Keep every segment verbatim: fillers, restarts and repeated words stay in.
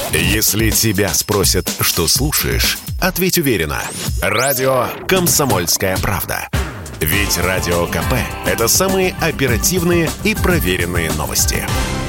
Если тебя спросят, что слушаешь, ответь уверенно. Радио «Комсомольская правда». Ведь Радио КП – это самые оперативные и проверенные новости.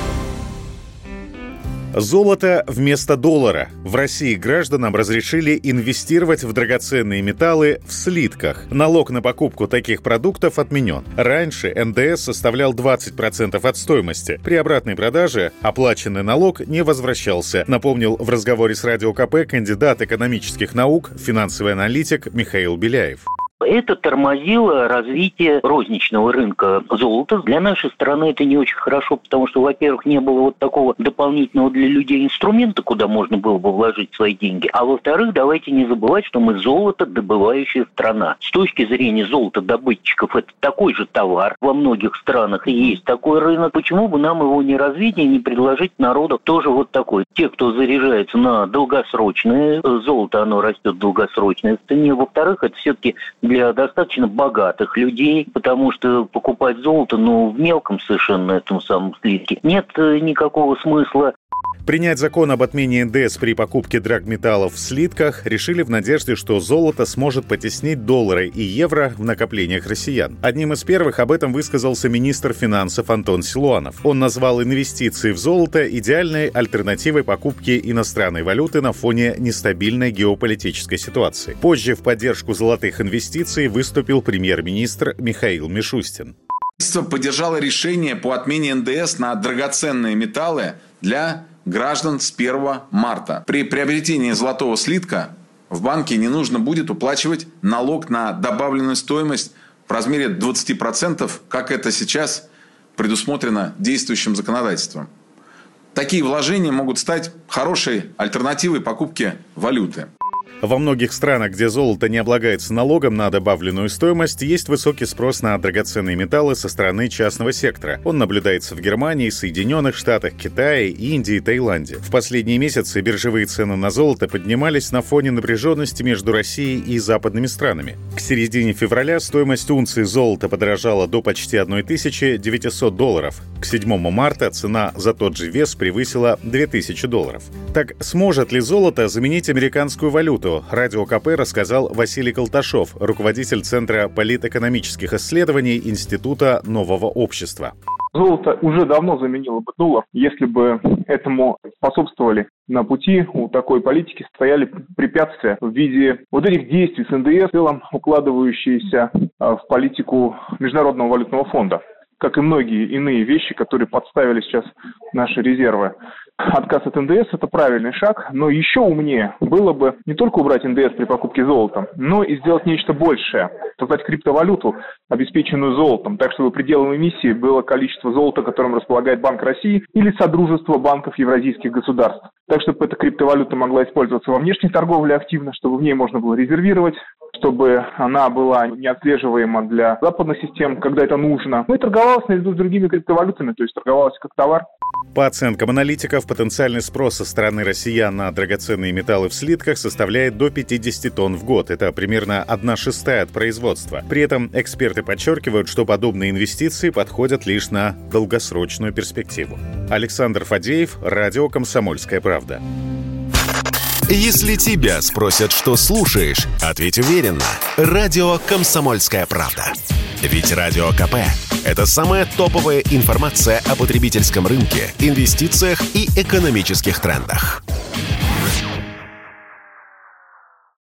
Золото вместо доллара. В России гражданам разрешили инвестировать в драгоценные металлы в слитках. Налог на покупку таких продуктов отменен. Раньше эн дэ эс составлял двадцать процентов от стоимости. При обратной продаже оплаченный налог не возвращался, напомнил в разговоре с Радио КП кандидат экономических наук, финансовый аналитик Михаил Беляев. Это тормозило развитие розничного рынка золота. Для нашей страны это не очень хорошо, потому что, во-первых, не было вот такого дополнительного для людей инструмента, куда можно было бы вложить свои деньги. А во-вторых, давайте не забывать, что мы золотодобывающая страна. С точки зрения золотодобытчиков это такой же товар. Во многих странах есть такой рынок. Почему бы нам его не развить и не предложить народу тоже вот такой? Те, кто заряжается на долгосрочное золото, оно растет в долгосрочной цене. Во-вторых, это все-таки для достаточно богатых людей, потому что покупать золото, ну, в мелком совершенно этом самом слитке нет никакого смысла. Принять закон об отмене эн дэ эс при покупке драгметаллов в слитках решили в надежде, что золото сможет потеснить доллары и евро в накоплениях россиян. Одним из первых об этом высказался министр финансов Антон Силуанов. Он назвал инвестиции в золото идеальной альтернативой покупке иностранной валюты на фоне нестабильной геополитической ситуации. Позже в поддержку золотых инвестиций выступил премьер-министр Михаил Мишустин. Правительство поддержало решение по отмене эн дэ эс на драгоценные металлы для граждан с первого марта. При приобретении золотого слитка в банке не нужно будет уплачивать налог на добавленную стоимость в размере двадцать процентов, как это сейчас предусмотрено действующим законодательством. Такие вложения могут стать хорошей альтернативой покупке валюты. Во многих странах, где золото не облагается налогом на добавленную стоимость, есть высокий спрос на драгоценные металлы со стороны частного сектора. Он наблюдается в Германии, Соединенных Штатах, Китае, Индии, Таиланде. В последние месяцы биржевые цены на золото поднимались на фоне напряженности между Россией и западными странами. К середине февраля стоимость унции золота подорожала до почти тысячи девятисот долларов. К седьмому марта цена за тот же вес превысила две тысячи долларов. Так, сможет ли золото заменить американскую валюту? Радио ка пэ рассказал Василий Колташов, руководитель Центра политэкономических исследований Института нового общества. Золото уже давно заменило бы доллар, если бы этому способствовали. На пути у такой политики стояли препятствия в виде вот этих действий с эн дэ эс, в целом укладывающиеся в политику Международного валютного фонда, как и многие иные вещи, которые подставили сейчас наши резервы. Отказ от эн дэ эс – это правильный шаг, но еще умнее было бы не только убрать эн дэ эс при покупке золота, но и сделать нечто большее, создать криптовалюту, обеспеченную золотом, так чтобы пределом эмиссии было количество золота, которым располагает Банк России или Содружество банков евразийских государств. Так, чтобы эта криптовалюта могла использоваться во внешней торговле активно, чтобы в ней можно было резервировать, чтобы она была неотслеживаема для западных систем, когда это нужно. Ну и торговалась наряду с другими криптовалютами, то есть торговалась как товар. По оценкам аналитиков, потенциальный спрос со стороны россиян на драгоценные металлы в слитках составляет до пятьдесят тонн в год. Это примерно одна шестая от производства. При этом эксперты подчеркивают, что подобные инвестиции подходят лишь на долгосрочную перспективу. Александр Фадеев, Радио «Комсомольская правда». Если тебя спросят, что слушаешь, ответь уверенно. Радио «Комсомольская правда». Ведь Радио ка пэ – это самая топовая информация о потребительском рынке, инвестициях и экономических трендах.